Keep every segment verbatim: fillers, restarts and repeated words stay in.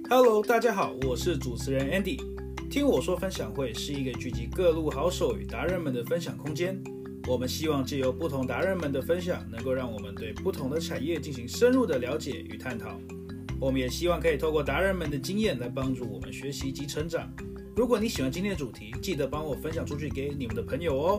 Hello， 大家好，我是主持人 Andy。听我说分享会是一个聚集各路好手与达人们的分享空间。我们希望借由不同达人们的分享，能够让我们对不同的产业进行深入的了解与探讨。我们也希望可以透过达人们的经验来帮助我们学习及成长。如果你喜欢今天的主题，记得帮我分享出去给你们的朋友哦。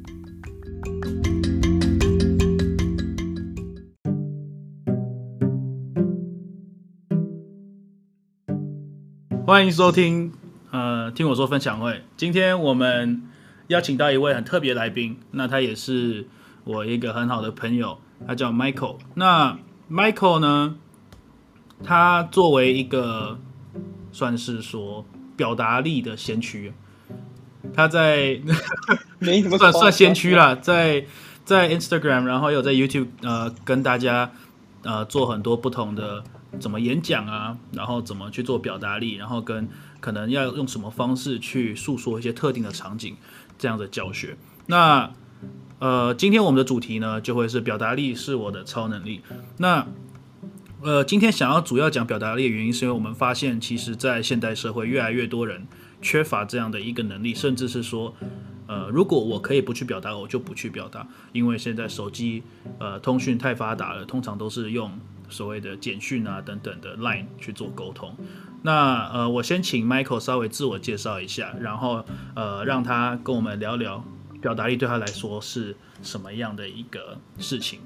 欢迎收听，呃，听我说分享会。今天我们邀请到一位很特别的来宾，那他也是我一个很好的朋友，他叫 Michael。那 Michael 呢，他作为一个算是说表达力的先驱，他在没什么算算先驱啦，在在 Instagram， 然后也有在 YouTube， 呃，跟大家呃做很多不同的。怎么演讲啊，然后怎么去做表达力，然后跟可能要用什么方式去诉说一些特定的场景，这样的教学。那呃，今天我们的主题呢，就会是表达力是我的超能力。那呃，今天想要主要讲表达力的原因，是因为我们发现，其实，在现代社会，越来越多人缺乏这样的一个能力，甚至是说，呃，如果我可以不去表达，我就不去表达，因为现在手机呃通讯太发达了，通常都是用所谓的简讯啊等等的 Line 去做沟通。那呃，我先请 Michael 稍微自我介绍一下，然后呃，让他跟我们聊聊表达力对他来说是什么样的一个事情。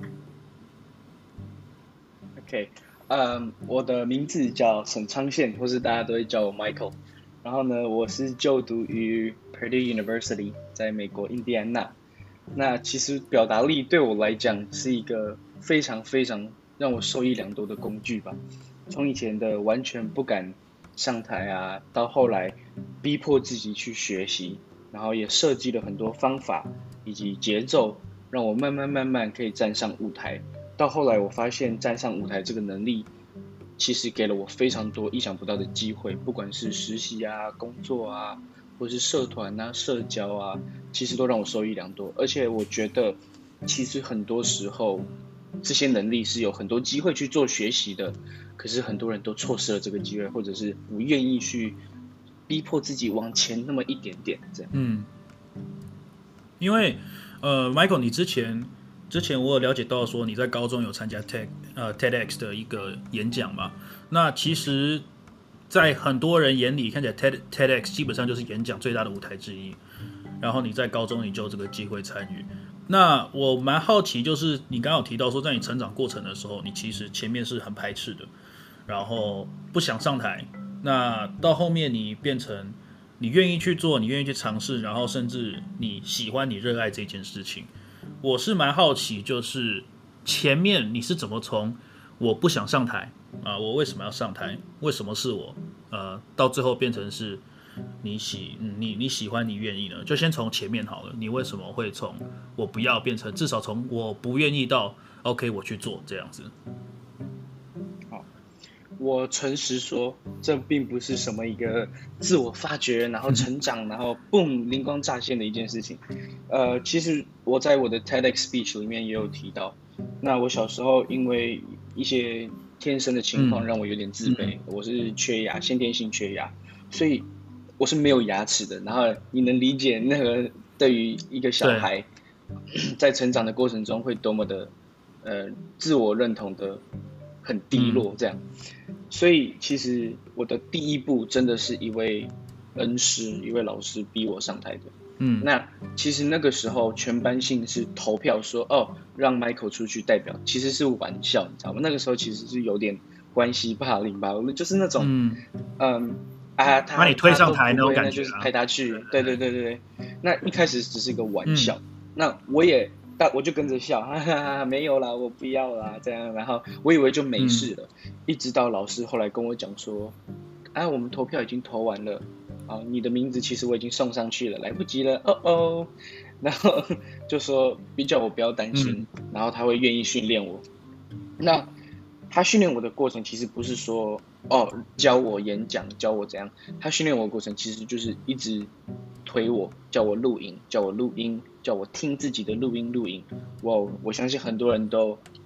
OK， 嗯，我的名字叫沈昌宪，或是大家都会叫我 Michael。然后呢，我是就读于 Purdue University， 在美国印第安纳。那其实表达力对我来讲是一个非常非常让我受益良多的工具吧。从以前的完全不敢上台啊，到后来逼迫自己去学习，然后也设计了很多方法以及节奏，让我慢慢慢慢可以站上舞台。到后来我发现站上舞台这个能力，其实给了我非常多意想不到的机会，不管是实习啊、工作啊，或是社团啊、社交啊，其实都让我受益良多。而且我觉得，其实很多时候这些能力是有很多机会去做学习的，可是很多人都错失了这个机会，或者是不愿意去逼迫自己往前那么一点点，这样。 嗯，因为呃 ，Michael， 你之前之前我有了解到说你在高中有参加 TED 呃 TEDx 的一个演讲嘛？那其实，在很多人眼里看起来 TED TEDx 基本上就是演讲最大的舞台之一。然后你在高中你就有这个机会参与。那我蛮好奇，就是你刚刚有提到说，在你成长过程的时候，你其实前面是很排斥的，然后不想上台。那到后面你变成你愿意去做，你愿意去尝试，然后甚至你喜欢、你热爱这件事情。我是蛮好奇，就是前面你是怎么从我不想上台啊、呃，我为什么要上台？为什么是我？呃，到最后变成是你喜、嗯、你你喜欢、你愿意呢？就先从前面好了。你为什么会从我不要变成至少从我不愿意到 OK 我去做这样子？ 好，我诚实说，这并不是什么一个自我发掘，然后成长，然后嘣灵光乍现的一件事情。呃，其实我在我的 TEDx speech 里面也有提到，那我小时候因为一些天生的情况让我有点自卑，嗯、我是缺牙，先天性缺牙，所以我是没有牙齿的。然后你能理解那个对于一个小孩在成长的过程中会多么的呃自我认同的很低落这样。嗯、所以其实我的第一步真的是一位恩师，一位老师逼我上台的。嗯，那其实那个时候全班性是投票说哦让 Michael 出去代表，其实是玩笑，你知道吗？那个时候其实是有点关系霸凌吧，就是那种嗯嗯啊他把你推上台那种感觉、啊， 那就是派他去，对对对对对。那一开始只是一个玩笑，嗯、那我也但我就跟着笑，哈哈哈，没有啦，我不要啦，这样，然后我以为就没事了，嗯、一直到老师后来跟我讲说，啊，我们投票已经投完了。啊，你的名字其实我已经送上去了，来不及了，哦哦，然后就说比较我不要担心，嗯、然后他会愿意训练我。那他训练我的过程其实不是说哦教我演讲，教我怎样，他训练我的过程其实就是一直推我，叫我录影，叫我录音，叫我听自己的录音录影。我我相信很多人都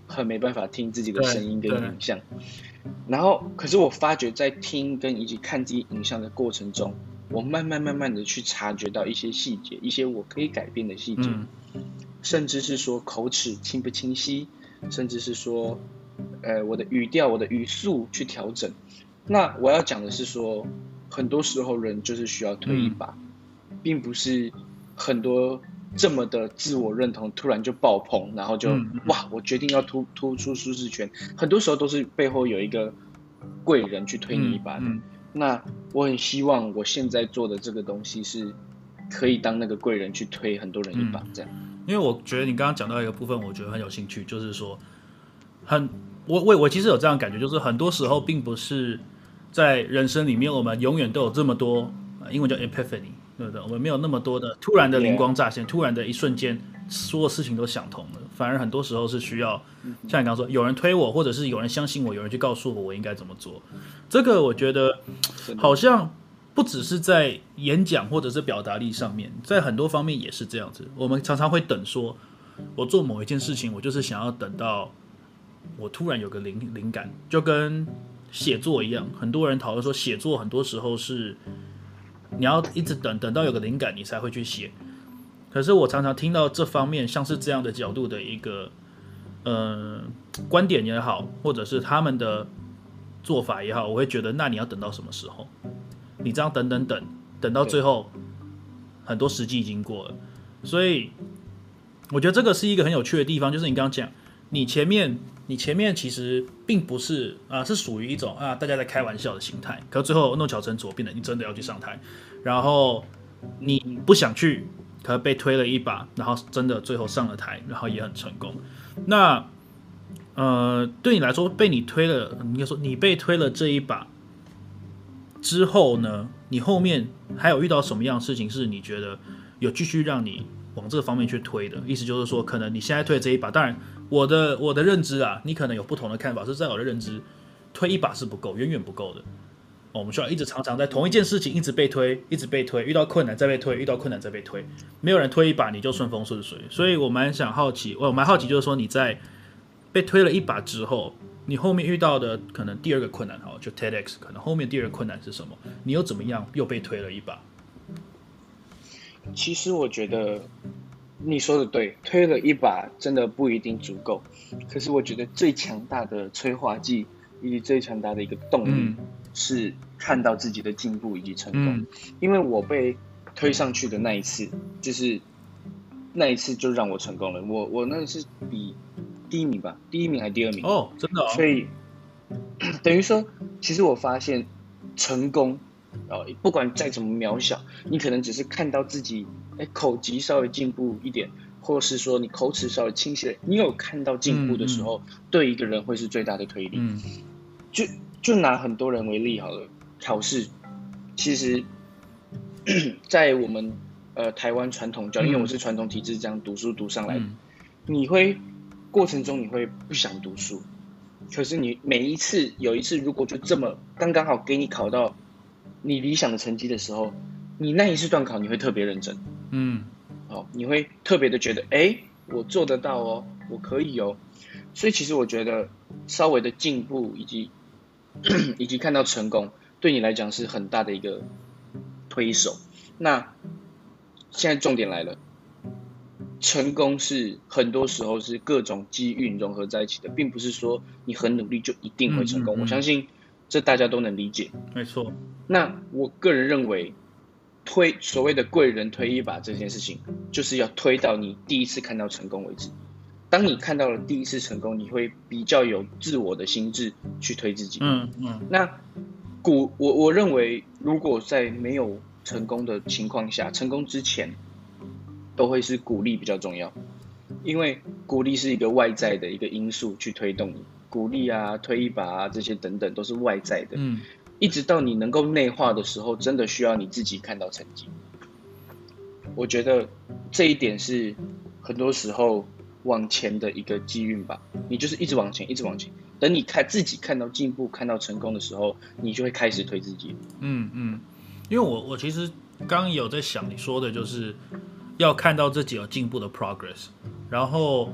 很没办法听自己的声音跟对影像。然后，可是我发觉在听跟以及看自己影像的过程中，我慢慢慢慢的去察觉到一些细节，一些我可以改变的细节， 嗯甚至是说口齿清不清晰，甚至是说，呃，我的语调、我的语速去调整。那我要讲的是说，很多时候人就是需要推一把， 嗯、 并不是很多这么的自我认同突然就爆棚，然后就、 嗯嗯、 哇，我决定要突突出舒适圈。很多时候都是背后有一个贵人去推你一把的。 嗯嗯、 那我很希望我现在做的这个东西是可以当那个贵人去推很多人一把，这样。 嗯、因为我觉得你刚刚讲到一个部分，我觉得很有兴趣，就是说，很我我我其实有这样的感觉，就是很多时候并不是在人生里面，我们永远都有这么多，英文叫 epiphany， 对不对？我们没有那么多的突然的灵光乍现， yeah. 突然的一瞬间，所有事情都想通了。反而很多时候是需要，像你刚刚说，有人推我，或者是有人相信我，有人去告诉我我应该怎么做。这个我觉得好像不只是在演讲或者是表达力上面，在很多方面也是这样子。我们常常会等说，我做某一件事情，我就是想要等到我突然有个灵灵感，就跟写作一样。很多人讨论说，写作很多时候是你要一直等等到有个灵感，你才会去写。可是我常常听到这方面像是这样的角度的一个呃观点也好，或者是他们的做法也好，我会觉得那你要等到什么时候？你这样等等等等到最后，很多时机已经过了。所以我觉得这个是一个很有趣的地方，就是你刚刚讲，你前面你前面其实并不是啊，是属于一种啊大家在开玩笑的心态，可是最后弄巧成拙，变得你真的要去上台，然后你不想去。可能被推了一把，然后真的最后上了台，然后也很成功。那呃，对你来说，被你推了，应该说你被推了这一把之后呢，你后面还有遇到什么样的事情是你觉得有继续让你往这个方面去推的？意思就是说，可能你现在推的这一把，当然我的我的认知啊，你可能有不同的看法，是在我的认知，推一把是不够，远远不够的。我们需要一直常常在同一件事情一直被推，一直被推，遇到困难再被推，遇到困难再被推，没有人推一把你就顺风顺水。所以我蛮想好奇，我蛮好奇就是说你在被推了一把之后，你后面遇到的可能第二个困难，好，就 TEDx， 可能后面第二个困难是什么？你又怎么样又被推了一把？ 其实我觉得你说的对，推了一把真的不一定足够。可是我觉得最强大的催化剂以及最强大的一个动力。嗯，是看到自己的进步以及成功。嗯，因为我被推上去的那一次，就是那一次就让我成功了。我我那是比第一名吧，第一名还是第二名？ 哦，真的哦。 所以等于说，其实我发现成功，呃，不管再怎么渺小，你可能只是看到自己，哎，口疾稍微进步一点，或是说你口齿稍微清晰了，你有看到进步的时候，嗯嗯，对一个人会是最大的推力。嗯，就。就拿很多人为例好了，考试其实，在我们呃台湾传统教育，因为我是传统体制这样读书读上来的，嗯，你会过程中你会不想读书，可是你每一次有一次如果就这么刚刚好给你考到你理想的成绩的时候，你那一次段考你会特别认真，嗯，哦，你会特别的觉得，哎，我做得到哦，我可以哦，所以其实我觉得稍微的进步以及以及看到成功，对你来讲是很大的一个推手。那现在重点来了，成功是很多时候是各种机运融合在一起的，并不是说你很努力就一定会成功。嗯嗯嗯，我相信这大家都能理解。 没错。 那我个人认为，推所谓的贵人推一把这件事情，就是要推到你第一次看到成功为止。当你看到了第一次成功，你会比较有自我的心智去推自己。嗯嗯。那鼓我我认为，如果在没有成功的情况下，成功之前，都会是鼓励比较重要，因为鼓励是一个外在的一个因素去推动你，鼓励啊、推一把啊这些等等都是外在的。嗯。一直到你能够内化的时候，真的需要你自己看到成绩。我觉得这一点是很多时候往前的一个机运吧，你就是一直往前，一直往前。等你看自己看到进步、看到成功的时候，你就会开始推自己。 嗯嗯，因为我我其实刚刚有在想，你说的就是要看到自己有进步的 progress， 然后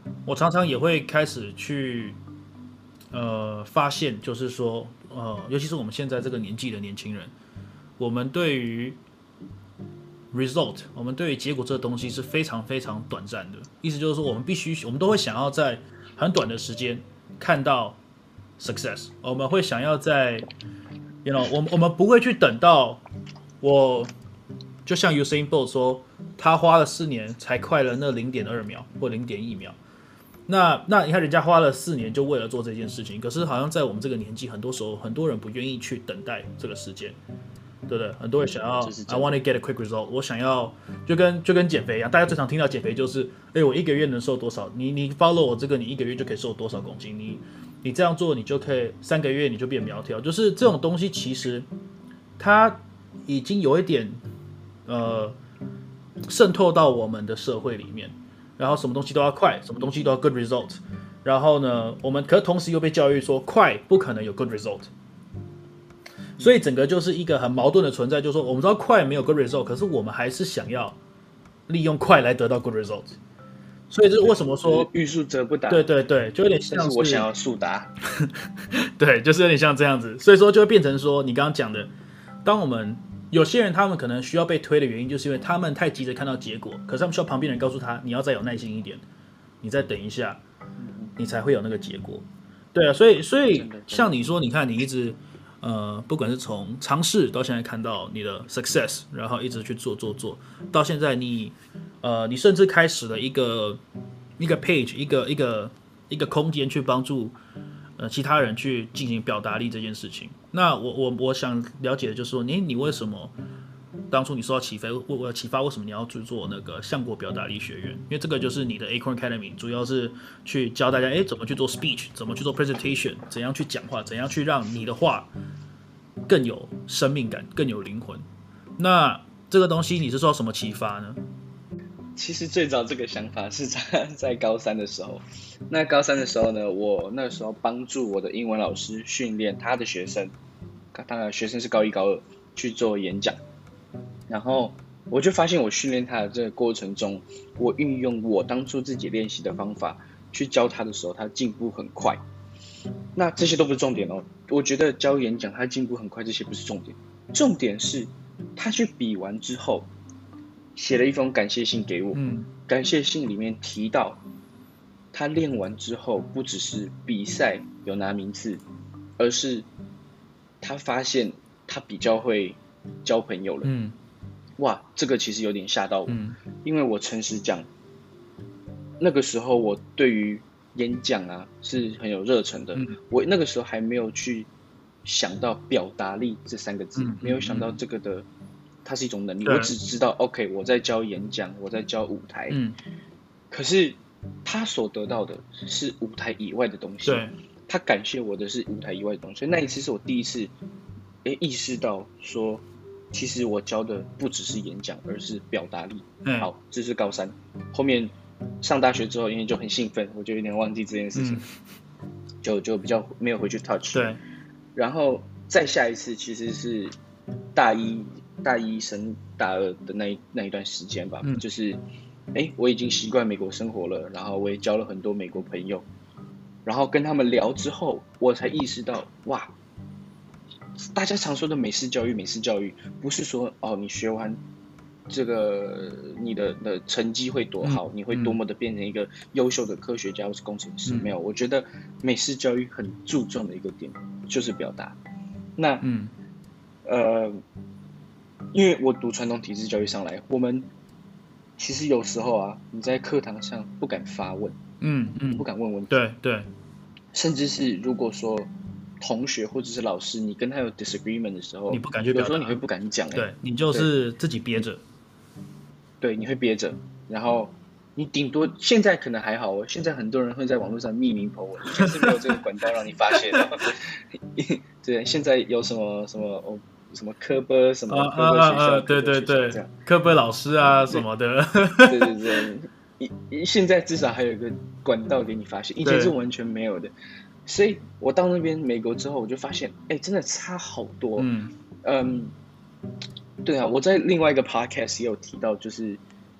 我常常也会开始去呃发现，就是说呃，尤其是我们现在这个年纪的年轻人，我们对于 result， 我们对于结果这个东西是非常非常短暂的。意思就是说，我们必须，我们都会想要在很短的时间看到 success，我们会想要在，you know，我们我们不会去等到我，就像 Usain Bolt 说，他花了四年才快了那零点二秒或零点一秒。那那你看，人家花了四年就为了做这件事情，可是好像在我们这个年纪，很多时候很多人不愿意去等待这个时间。对不对？很多人想要 I want to get a quick result， 我想要就跟就跟减肥一样，大家最常听到减肥就是，哎，我一个月能瘦多少？你你 follow 我这个，你一个月就可以瘦多少公斤？你你这样做，你就可以三个月你就变苗条。就是这种东西，其实它已经有一点呃渗透到我们的社会里面，然后什么东西都要快，什么东西都要 good result， 然后呢，我们可是同时又被教育说快不可能有 good result。所以整个就是一个很矛盾的存在，就是说我们知道快没有 good result， 可是我们还是想要利用快来得到 good result。所以这是为什么说欲速则不达？ 对对对，就有点像是但是我想要速达。 对，就是有点像这样子。所以说就会变成说你刚刚讲的，当我们有些人他们可能需要被推的原因，就是因为他们太急着看到结果，可是他们需要旁边人告诉他，你要再有耐心一点，你再等一下，你才会有那个结果。对啊，所以所以像你说，你看你一直。呃，不管是从尝试到现在看到你的 success， 然后一直去做做做，到现在你，呃，你甚至开始了一个一个 page， 一个一个一个空间去帮助呃其他人去进行表达力这件事情。那我我我想了解的就是说，你你为什么当初你受到启发，我启发为什么你要去做那个橡果表达力学院？因为这个就是你的 Acorn Academy， 主要是去教大家，哎，怎么去做 speech， 怎么去做 presentation， 怎样去讲话，怎样去让你的话更有生命感，更有灵魂。那这个东西你是受到什么启发呢？ 其实最早这个想法是在在高三的时候。那高三的时候呢，我那时候帮助我的英文老师训练他的学生，当然学生是高一高二去做演讲。然后我就发现，我训练他的这个过程中，我运用我当初自己练习的方法去教他的时候，他进步很快。那这些都不是重点哦，我觉得教演讲他进步很快，这些不是重点，重点是他去比完之后，写了一封感谢信给我。嗯，感谢信里面提到，他练完之后，不只是比赛有拿名次，而是他发现他比较会交朋友了。嗯。哇，这个其实有点吓到我。嗯，因为我诚实讲，那个时候我对于演讲啊是很有热忱的。嗯，我那个时候还没有去想到表达力这三个字，嗯，没有想到这个的它是一种能力。我只知道 OK， 我在教演讲，我在教舞台。嗯，可是他所得到的是舞台以外的东西。对，他感谢我的是舞台以外的东西。所以那一次是我第一次，诶，意识到说。其实我教的不只是演讲，而是表达力。嗯，好，这是高三。后面上大学之后，因为就很兴奋，我就有点忘记这件事情，嗯，就就比较没有回去 touch。对。然后再下一次，其实是大一大一升大二的那一那一段时间吧。嗯，就是，哎，我已经习惯美国生活了，然后我也交了很多美国朋友，然后跟他们聊之后，我才意识到，哇。大家常说的美式教育，美式教育不是说哦，你学完这个你的的成绩会多好，嗯，你会多么的变成一个优秀的科学家或是工程师。嗯，没有，我觉得美式教育很注重的一个点就是表达。那嗯呃，因为我读传统体制教育上来，我们其实有时候啊，你在课堂上不敢发问，嗯嗯，不敢问问题，对对，甚至是如果说。同学或者是老师，你跟他有 disagreement 的时候，你不敢去表达，有时候你会不敢讲，欸，对你就是自己憋着，对，你会憋着，然后你顶多现在可能还好哦，现在很多人会在网络上匿名 po 文，以前是没有这个管道让你发现的，对，现在有什么什么哦，什么科波什么科波学校，啊啊啊对对对，科波老师啊什么的，对对对，一现在至少还有一个管道给你发现，以前是完全没有的。所以我到那边美国之后，我就发现，哎，真的差好多。嗯嗯，对啊，我在另外一个 podcast 也有提到，就是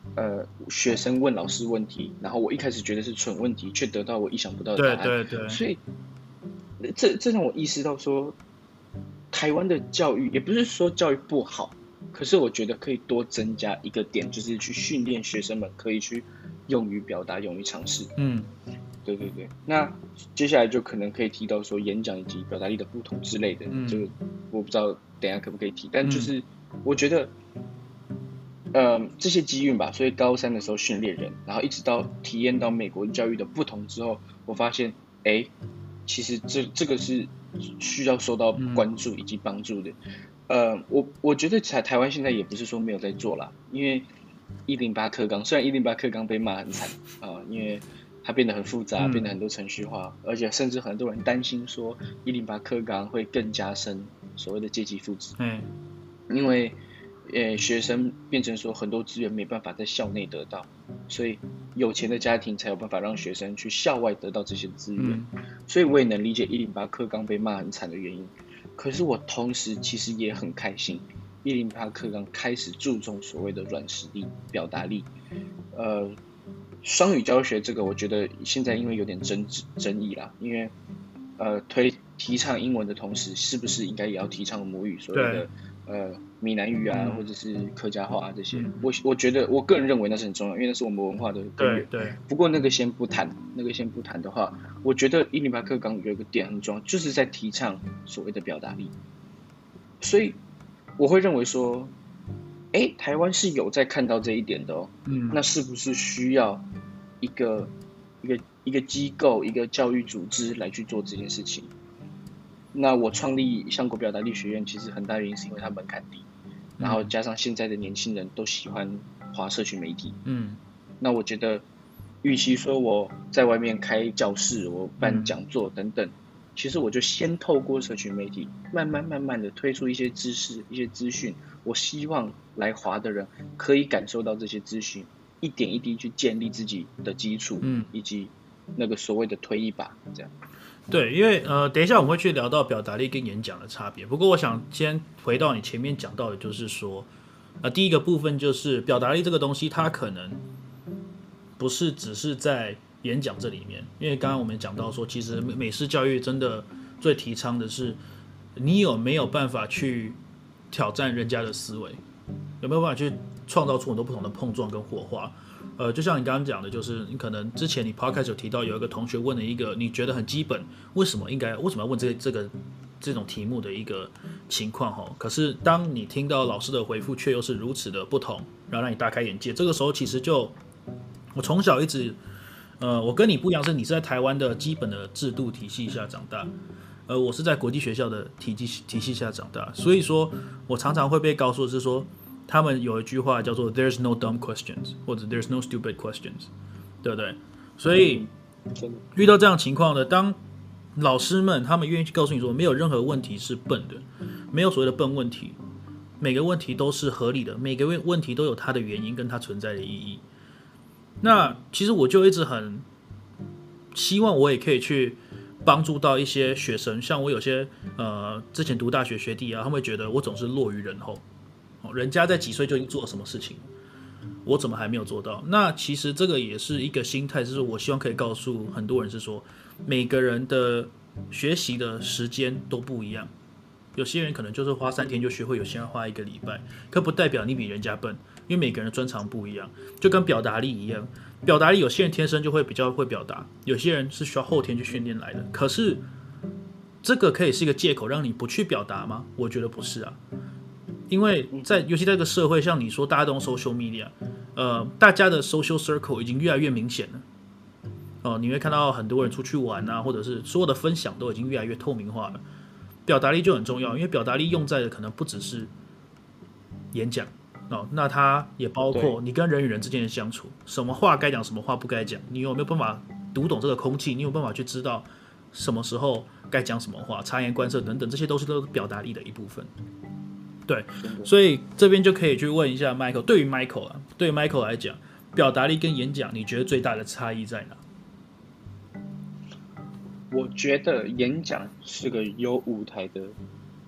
呃学生问老师问题，然后我一开始觉得是蠢问题，却得到我意想不到的答案。 对对对， 所以这这让我意识到说，台湾的教育也不是说教育不好，可是我觉得可以多增加一个点，就是去训练学生们可以去勇于表达、勇于尝试。 嗯， 对对对。那接下来就可能可以提到说演讲以及表达力的不同之类的， 嗯、 就我不知道等一下可不可以提，但就是我觉得。呃，这些机遇吧，所以高三的时候训练人，然后一直到体验到美国教育的不同之后，我发现，哎，其实这这个是需要受到关注以及帮助的。嗯、呃，我我觉得台台湾现在也不是说没有在做啦，因为一零八课纲虽然一零八课纲被骂很惨啊、呃，因为它变得很复杂，变得很多程序化，而且甚至很多人担心说一零八课纲会更加深所谓的阶级复制， 嗯， 因为。呃，学生变成说很多资源没办法在校内得到，所以有钱的家庭才有办法让学生去校外得到这些资源。嗯、所以我也能理解一零八课纲被骂很惨的原因。可是我同时其实也很开心，一零八课纲开始注重所谓的软实力、表达力。呃，双语教学这个，我觉得现在因为有点争争议啦，因为呃推提倡英文的同时，是不是应该也要提倡母语？所谓的呃。闽南语啊，嗯、或者是客家话啊这些，嗯、我我觉得我个人认为那是很重要，因为那是我们文化的根源。 对对。 不过那个先不谈，那个先不谈的话，我觉得一零八课纲有一个点很重要，就是在提倡所谓的表达力。所以我会认为说，哎，台湾是有在看到这一点的哦。嗯。那是不是需要一个一个一个机构、一个教育组织来去做这件事情？那我创立相国表达力学院，其实很大原因是因为它门槛低。然后加上现在的年轻人都喜欢滑社群媒体，嗯，那我觉得，与其说我在外面开教室，我办讲座等等，嗯、其实我就先透过社群媒体，慢慢慢慢的推出一些知识、一些资讯，我希望来滑的人可以感受到这些资讯，一点一滴去建立自己的基础，嗯，以及那个所谓的推一把，这样。 对，因为呃，等一下我们会去聊到表达力跟演讲的差别。不过我想先回到你前面讲到的，就是说，呃，第一个部分就是表达力这个东西，它可能不是只是在演讲这里面，因为刚刚我们讲到说，其实美式教育真的最提倡的是，你有没有办法去挑战人家的思维，有没有办法去创造出很多不同的碰撞跟火花。呃，就像你刚刚讲的，就是你可能之前你 podcast 有提到有一个同学问了一个你觉得很基本，为什么应该为什么要问这个这个这种题目的一个情况哈，可是当你听到老师的回复却又是如此的不同，然后让你大开眼界，这个时候其实就我从小一直呃，我跟你不一样，是你是在台湾的基本的制度体系下长大，呃，我是在国际学校的体系体系下长大，所以说我常常会被告诉的是说。他们有一句话叫做 "There's no dumb questions" 或者 "There's no stupid questions"， 对不对？所以遇到这样的情况呢，当老师们他们愿意去告诉你说，没有任何问题是笨的，没有所谓的笨问题，每个问题都是合理的，每个问题都有它的原因跟它存在的意义。那其实我就一直很希望我也可以去帮助到一些学生，像我有些呃之前读大学学弟啊，他们会觉得我总是落于人后。人家在几岁就已经做了什么事情，我怎么还没有做到？那其实这个也是一个心态，就是我希望可以告诉很多人是说，每个人的学习的时间都不一样，有些人可能就是花三天就学会，有些人花一个礼拜，可不代表你比人家笨，因为每个人的专长不一样，就跟表达力一样，表达力有些人天生就会比较会表达，有些人是需要后天去训练来的。可是这个可以是一个借口让你不去表达吗？我觉得不是啊。因为在尤其在这个社会，像你说大家都用 social media， 呃，大家的 social circle 已经越来越明显了。哦、呃，你会看到很多人出去玩啊，或者是所有的分享都已经越来越透明化了。表达力就很重要，因为表达力用在的可能不只是演讲哦，那它也包括你跟人与人之间的相处，什么话该讲，什么话不该讲，你有没有办法读懂这个空气？你有办法去知道什么时候该讲什么话，察言观色等等，这些都是都是表达力的一部分。对，所以这边就可以去问一下 Michael， 对于 Michael 啊，对于 Michael 来讲，表达力跟演讲，你觉得最大的差异在哪？ 我觉得演讲是个有舞台的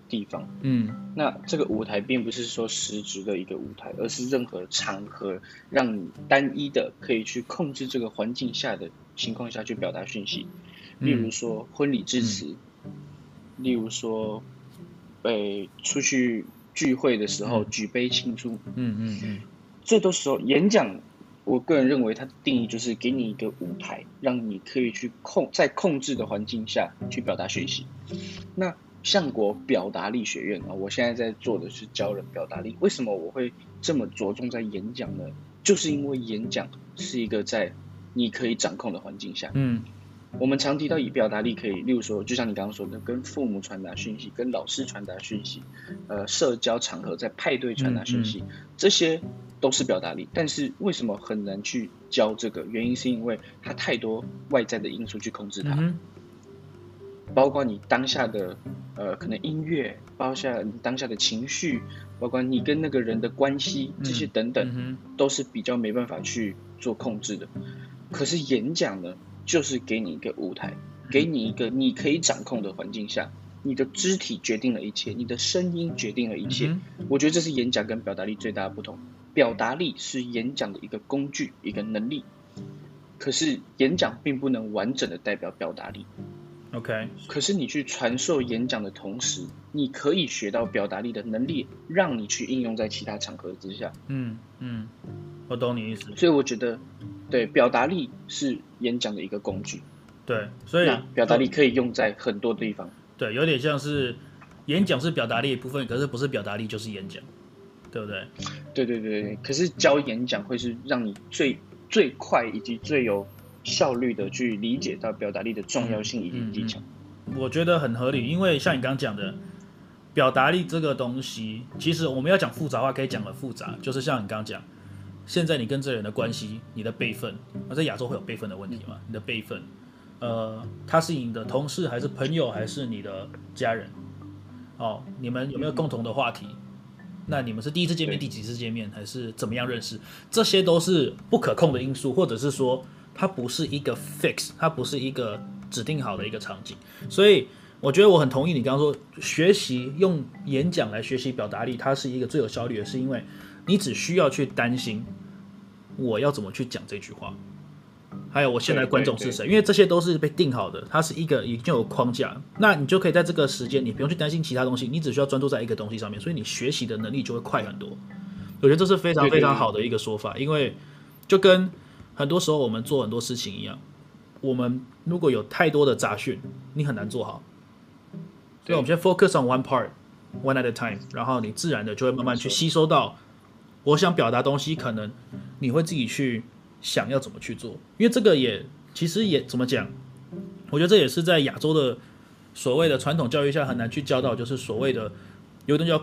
地方。 嗯， 那这个舞台并不是说实质的一个舞台，而是任何场合让你单一的可以去控制这个环境下的情况下去表达讯息。例如说婚礼致辞，嗯、例如说，呃，出去聚会的时候、嗯、举杯庆祝， 嗯嗯嗯， 这都时候演讲。我个人认为，它的定义就是给你一个舞台，让你可以去控在控制的环境下去表达讯息。那橡果表达力学院啊，我现在在做的是教人表达力。为什么我会这么着重在演讲呢？就是因为演讲是一个在你可以掌控的环境下。 嗯， 我们常提到以表达力可以，例如说，就像你刚刚说的，跟父母传达讯息，跟老师传达讯息，呃，社交场合在派对传达讯息，嗯嗯、这些。都是表达力，但是为什么很难去教这个？原因是因为它太多外在的因素去控制它，嗯、包括你当下的呃可能音乐，包括你当下的情绪，包括你跟那个人的关系，这些等等，嗯、都是比较没办法去做控制的。可是演讲呢，就是给你一个舞台，给你一个你可以掌控的环境下。你的肢体决定了一切，你的声音决定了一切。嗯、我觉得这是演讲跟表达力最大的不同。表达力是演讲的一个工具，一个能力，可是演讲并不能完整的代表表达力。 OK， 可是你去传授演讲的同时，你可以学到表达力的能力，让你去应用在其他场合之下。 嗯嗯，我懂你意思。 所以我觉得，对，表达力是演讲的一个工具。 对，所以表达力可以用在很多地方。 对，有点像是演讲是表达力的一部分，可是不是表达力就是演讲，对不对？ 对对对对。可是教演讲会是让你最最快以及最有效率的去理解到表达力的重要性以及技巧。 嗯嗯、我觉得很合理，因为像你刚刚讲的，表达力这个东西，其实我们要讲复杂化，可以讲很复杂，就是像你刚刚讲，现在你跟这个人的关系，你的辈分，那在亚洲会有辈分的问题嘛？你的辈分。呃，他是你的同事还是朋友还是你的家人？哦，你们有没有共同的话题？那你们是第一次见面、第几次见面，还是怎么样认识？这些都是不可控的因素，或者是说它不是一个 fix， 它不是一个指定好的一个场景。所以我觉得我很同意你刚刚说，学习用演讲来学习表达力，它是一个最有效率的，是因为你只需要去担心我要怎么去讲这句话。还有我现在观众是谁？因为这些都是被定好的，它是一个已经有框架，那你就可以在这个时间，你不用去担心其他东西，你只需要专注在一个东西上面，所以你学习的能力就会快很多。我觉得这是非常非常好的一个说法，因为就跟很多时候我们做很多事情一样，我们如果有太多的杂讯，你很难做好。所以我们先 focus on one part, one at a time， 然后你自然的就会慢慢去吸收到我想表达东西，可能你会自己去想要怎么去做，因为这个也其实也怎么讲，我觉得这也是在亚洲的所谓的传统教育下很难去教到，就是所谓的有一种叫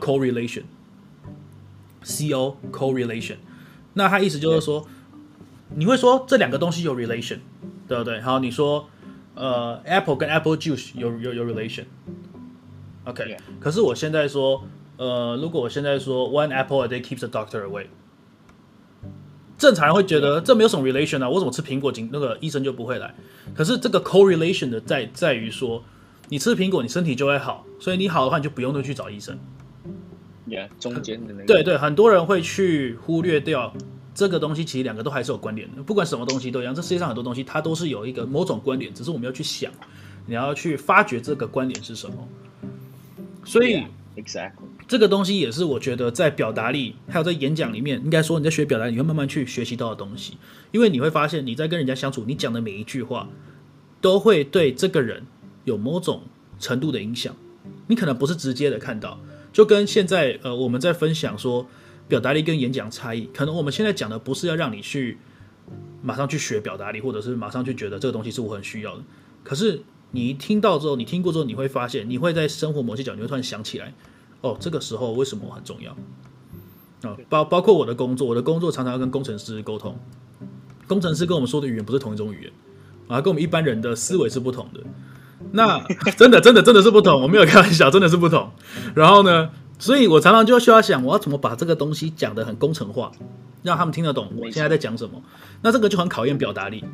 correlation，C O correlation， 那它意思就是说，你会说这两个东西有 relation， 对不对？好，你说呃 apple 跟 apple juice 有有有 relation，OK，、okay. 可是我现在说，呃，如果我现在说 one apple a day keeps the doctor away。正常人会觉得这没有什么 relation 啊，我怎么吃苹果，那个医生就不会来。可是这个 correlation 的在在于说，你吃苹果，你身体就会好，所以你好的话，你就不用去找医生。 Yeah， 中间的那个。 对对，很多人会去忽略掉这个东西，其实两个都还是有关联的。不管什么东西都一样，这世界上很多东西它都是有一个某种关联，只是我们要去想，你要去发掘这个关联是什么。所以。 Yeah, exactly。 这个东西也是我觉得在表达力还有在演讲里面，应该说你在学表达力，你会慢慢去学习到的东西。因为你会发现你在跟人家相处，你讲的每一句话都会对这个人有某种程度的影响。你可能不是直接的看到，就跟现在呃我们在分享说表达力跟演讲差异，可能我们现在讲的不是要让你去马上去学表达力，或者是马上去觉得这个东西是我很需要的。可是你一听到之后，你听过之后，你会发现，你会在生活某些角度，你会突然想起来。哦，这个时候为什么很重要？哦、包包括我的工作，我的工作常常要跟工程师沟通，工程师跟我们说的语言不是同一种语言，啊，跟我们一般人的思维是不同的。那真的真的真的是不同，我没有开玩笑，真的是不同。然后呢，所以我常常就需要想，我要怎么把这个东西讲得很工程化，让他们听得懂我现在在讲什么。那这个就很考验表达力，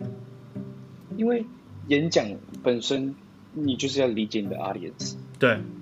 因为演讲本身你就是要理解你的 audience。 对。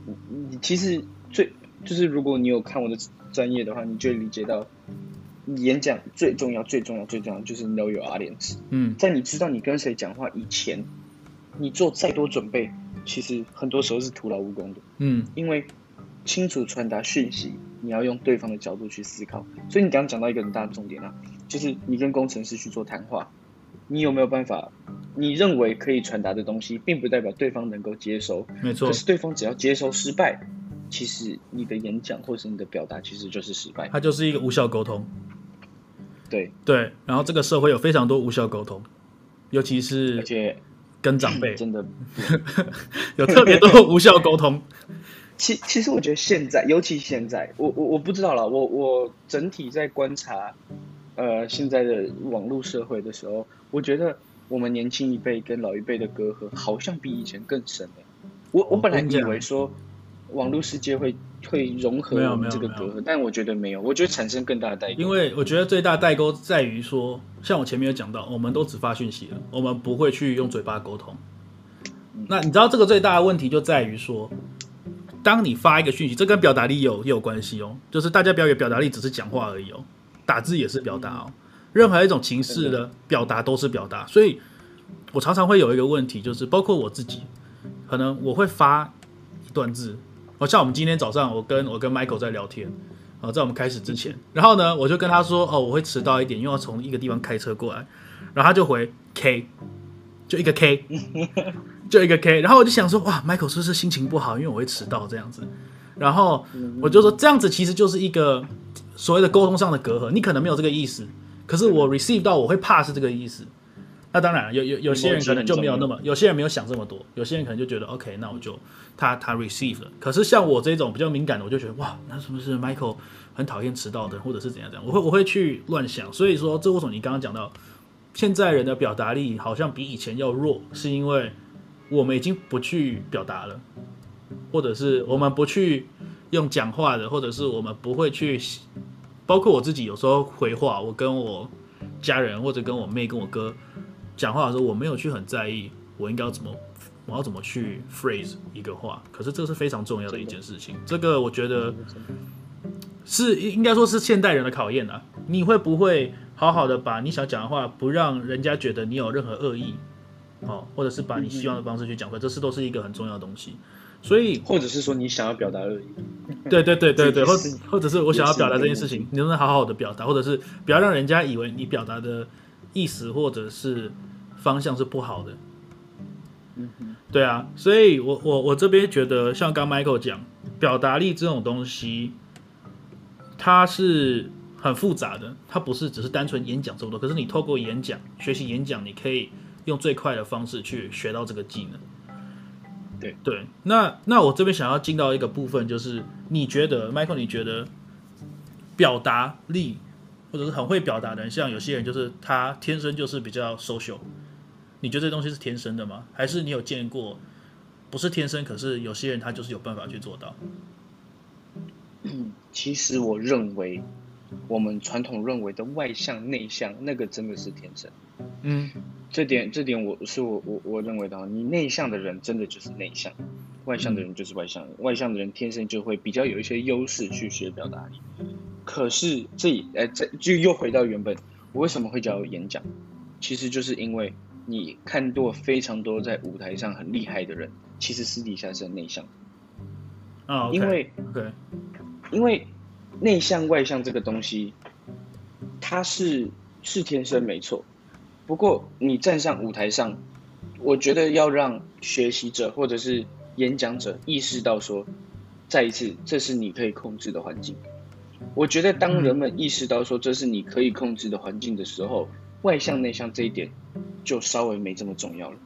你其实最就是如果你有看我的专业的话，你就会理解到，演讲最重要、最重要、最重要就是 know your audience。 嗯， 在你知道你跟谁讲话以前，你做再多准备，其实很多时候是徒劳无功的。 嗯， 因为清楚传达讯息，你要用对方的角度去思考。所以你刚刚讲到一个很大的重点啊，就是你跟工程师去做谈话，你有没有办法？你认为可以传达的东西，并不代表对方能够接收。 没错。 可是对方只要接收失败，其实你的演讲或是你的表达其实就是失败。 它就是一个无效沟通。 对对，然后这个社会有非常多无效沟通，尤其是而且跟长辈真的有特别多无效沟通。 其其实我觉得现在，尤其现在，我我我不知道啦，我我整体在观察，呃，现在的网络社会的时候，我觉得我们年轻一辈跟老一辈的隔阂好像比以前更深了。我我本来以为说网络世界会会融合我们这个隔阂，但我觉得没有，我觉得产生更大的代沟。 因为我觉得最大的代沟在于说，像我前面有讲到，我们都只发讯息了，我们不会去用嘴巴沟通。那你知道这个最大的问题就在于说，当你发一个讯息，这跟表达力也有也有关系哦。就是大家不要以为表达力只是讲话而已哦，打字也是表达哦。任何一种形式的表达都是表达，所以我常常会有一个问题，就是包括我自己，可能我会发一段字，哦，像我们今天早上我跟我跟 Michael 在聊天，哦，在我们开始之前，然后呢，我就跟他说，哦，我会迟到一点，因为要从一个地方开车过来，然后他就回 K， 就一个 K。就一个 K， 然后我就想说，哇 ，Michael 是不是心情不好？因为我会迟到这样子。然后我就说，这样子其实就是一个所谓的沟通上的隔阂。你可能没有这个意思，可是我 receive 到我会怕是这个意思。那当然，有有有些人可能就没有那么，有些人没有想这么多，有些人可能就觉得 OK， 那我就他他 receive 了。可是像我这种比较敏感的，我就觉得哇，那是不是 Michael 很讨厌迟到的，或者是怎样怎样？我会我会去乱想。所以说，这为什么你刚刚讲到现在人的表达力好像比以前要弱，是因为我们已经不去表达了，或者是我们不去用讲话的，或者是我们不会去，包括我自己有时候回话，我跟我家人或者跟我妹跟我哥讲话的时候，我没有去很在意我应该要怎么，我要怎么去 phrase 一个话，可是这是非常重要的一件事情。这个我觉得是应该说是现代人的考验啊，你会不会好好的把你想讲的话，不让人家觉得你有任何恶意？哦，或者是把你希望的方式去讲出来，这是都是一个很重要的东西。所以， 或者是说你想要表达而已。 对对对对对，或或者是我想要表达这件事情，你能不能好好的表达，或者是不要让人家以为你表达的意思或者是方向是不好的。 嗯哼， 对啊，所以我我我这边觉得，像刚 Michael 讲，表达力这种东西，它是很复杂的，它不是只是单纯演讲这么多。可是你透过演讲学习演讲，你可以用最快的方式去学到这个技能。 对对，那那我这边想要进到一个部分，就是你觉得 Michael， 你觉得表达力或者是很会表达的人，像有些人就是他天生就是比较 social， 你觉得这东西是天生的吗？还是你有见过不是天生，可是有些人他就是有办法去做到？ 嗯，其实我认为我们传统认为的外向内向，那个真的是天生。 嗯， 这点这点我是我我我认为的，你内向的人真的就是内向，外向的人就是外向人，外向的人天生就会比较有一些优势去学表达力。可是这呃这就又回到原本，我为什么会教演讲？其实就是因为你看多非常多在舞台上很厉害的人，其实私底下是很内向。 啊、oh, okay, 因为 okay. 因为内向外向这个东西，它是是天生没错。不过你站上舞台上，我觉得要让学习者或者是演讲者意识到说，再一次，这是你可以控制的环境。我觉得当人们意识到说这是你可以控制的环境的时候，外向内向这一点就稍微没这么重要了。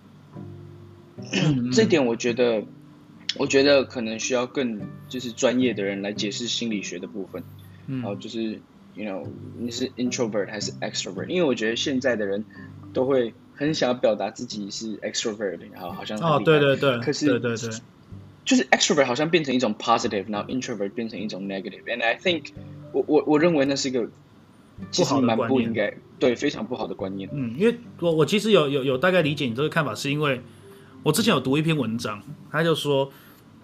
这点我觉得，我觉得可能需要更就是专业的人来解释心理学的部分。然后就是。You know， 你是 introvert 还是 extrovert？ 因为我觉得现在的人都会很想要表达自己是 extrovert， 然后好像很厉害。 哦，对对对， 可是对对对， 就是 extrovert 好像变成一种 positive， 然后 introvert 变成一种 negative。And I think， 我我我认为那是一个其实蛮不应该，对，非常不好的观念。 嗯，因为我我其实有有有大概理解你这个看法，是因为我之前有读一篇文章，他就说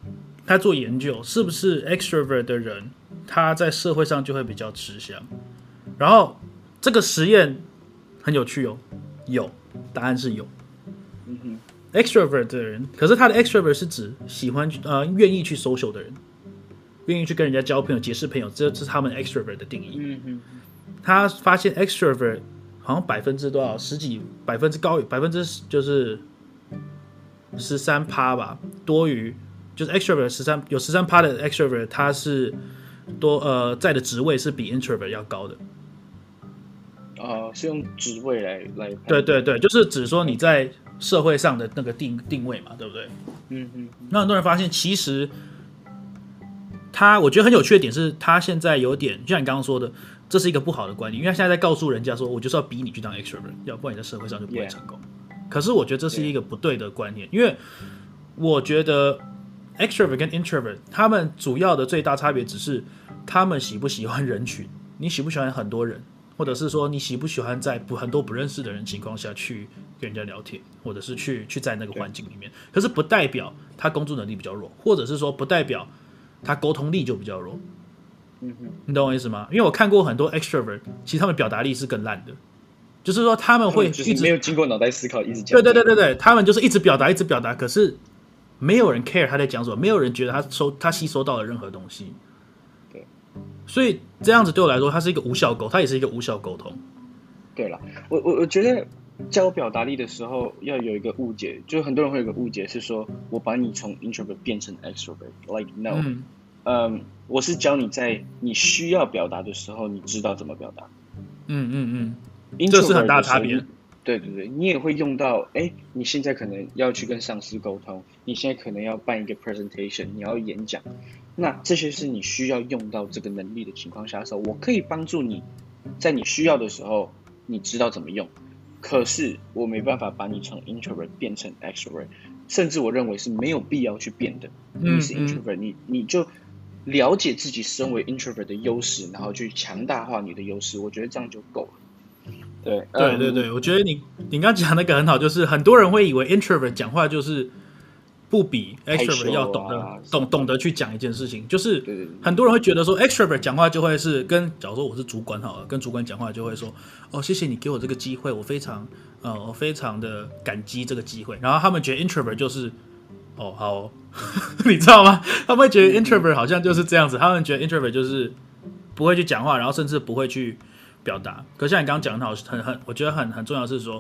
他做研究，是不是 extrovert 的人他在社会上就会比较吃香？然后这个实验很有趣哦，有，答案是有。 嗯哼 extrovert 的人，可是他的 extrovert 是指喜欢呃愿意去 social 的人，愿意去跟人家交朋友、结识朋友，这是他们 extrovert 的定义。 嗯哼， 他发现 extrovert 好像百分之多少，十几百分之高于百分之就是十三趴吧，多于就是 extrovert 十三有十三趴的 extrovert， 他是多呃在的职位是比 introvert 要高的。 哦、呃，是用职位来来判断。 对对对，就是指说你在社会上的那个定定位嘛，对不对？ 嗯哼， 那很多人发现，其实他我觉得很有趣的点是，他现在有点就像你刚刚说的，这是一个不好的观念，因为他现在在告诉人家说，我就是要逼你去当 extrovert， 要不然你在社会上就不会成功。Yeah. 可是我觉得这是一个不对的观念，因为我觉得 extrovert 跟 introvert 他们主要的最大差别只是他们喜不喜欢人群，你喜不喜欢很多人。或者是说你喜不喜欢在不很多不认识的人情况下去跟人家聊天，或者是去去在那个环境里面，可是不代表他工作能力比较弱，或者是说不代表他沟通力就比较弱。 嗯哼， 你懂我意思吗？因为我看过很多 extrovert， 其实他们表达力是更烂的，就是说他们会一直就是没有经过脑袋思考，一直讲。 对对对对对，他们就是一直表达，一直表达，可是没有人 care 他在讲什么，没有人觉得他收他吸收到了任何东西。所以这样子对我来说，它是一个无效沟，它也是一个无效沟通。 对了，我我我觉得教表达力的时候要有一个误解，就很多人会有一个误解是说，我把你从 introvert 变成 extrovert，like no，嗯，嗯，我是教你在你需要表达的时候，你知道怎么表达。 嗯嗯嗯，这是很大的差别。 对对对，你也会用到，哎，你现在可能要去跟上司沟通，你现在可能要办一个 presentation， 你要演讲。那这些是你需要用到这个能力的情况下的时候，我可以帮助你，在你需要的时候，你知道怎么用。可是我没办法把你从 introvert 变成 extrovert， 甚至我认为是没有必要去变的。你是 introvert，、嗯嗯、你你就了解自己身为 introvert 的优势，然后去强大化你的优势，我觉得这样就够了。对对对对，我觉得你你刚讲那个很好，就是很多人会以为 introvert 讲话就是不比 extrovert 要懂得、啊、懂懂得去讲一件事情，就是很多人会觉得说 extrovert 讲话就会是跟，假如说我是主管好了，跟主管讲话就会说，哦，谢谢你给我这个机会，我非常呃我非常的感激这个机会，然后他们觉得 introvert 就是哦好哦你知道吗？他们会觉得 introvert 好像就是这样子，他们觉得 introvert 就是不会去讲话，然后甚至不会去表达。可是像你刚刚讲的好，很很，我觉得很很重要的是说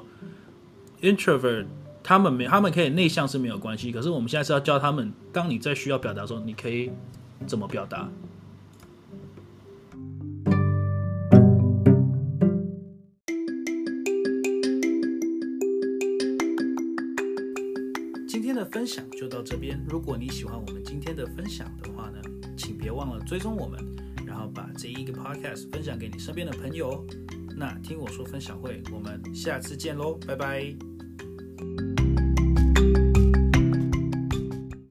，introvert 他们没，他们可以内向是没有关系。可是我们现在是要教他们，当你在需要表达的时候，你可以怎么表达。今天的分享就到这边。如果你喜欢我们今天的分享的话呢，请别忘了追踪我们。然后把这一个 podcast 分享给你身边的朋友。那听我说分享会，我们下次见喽，拜拜。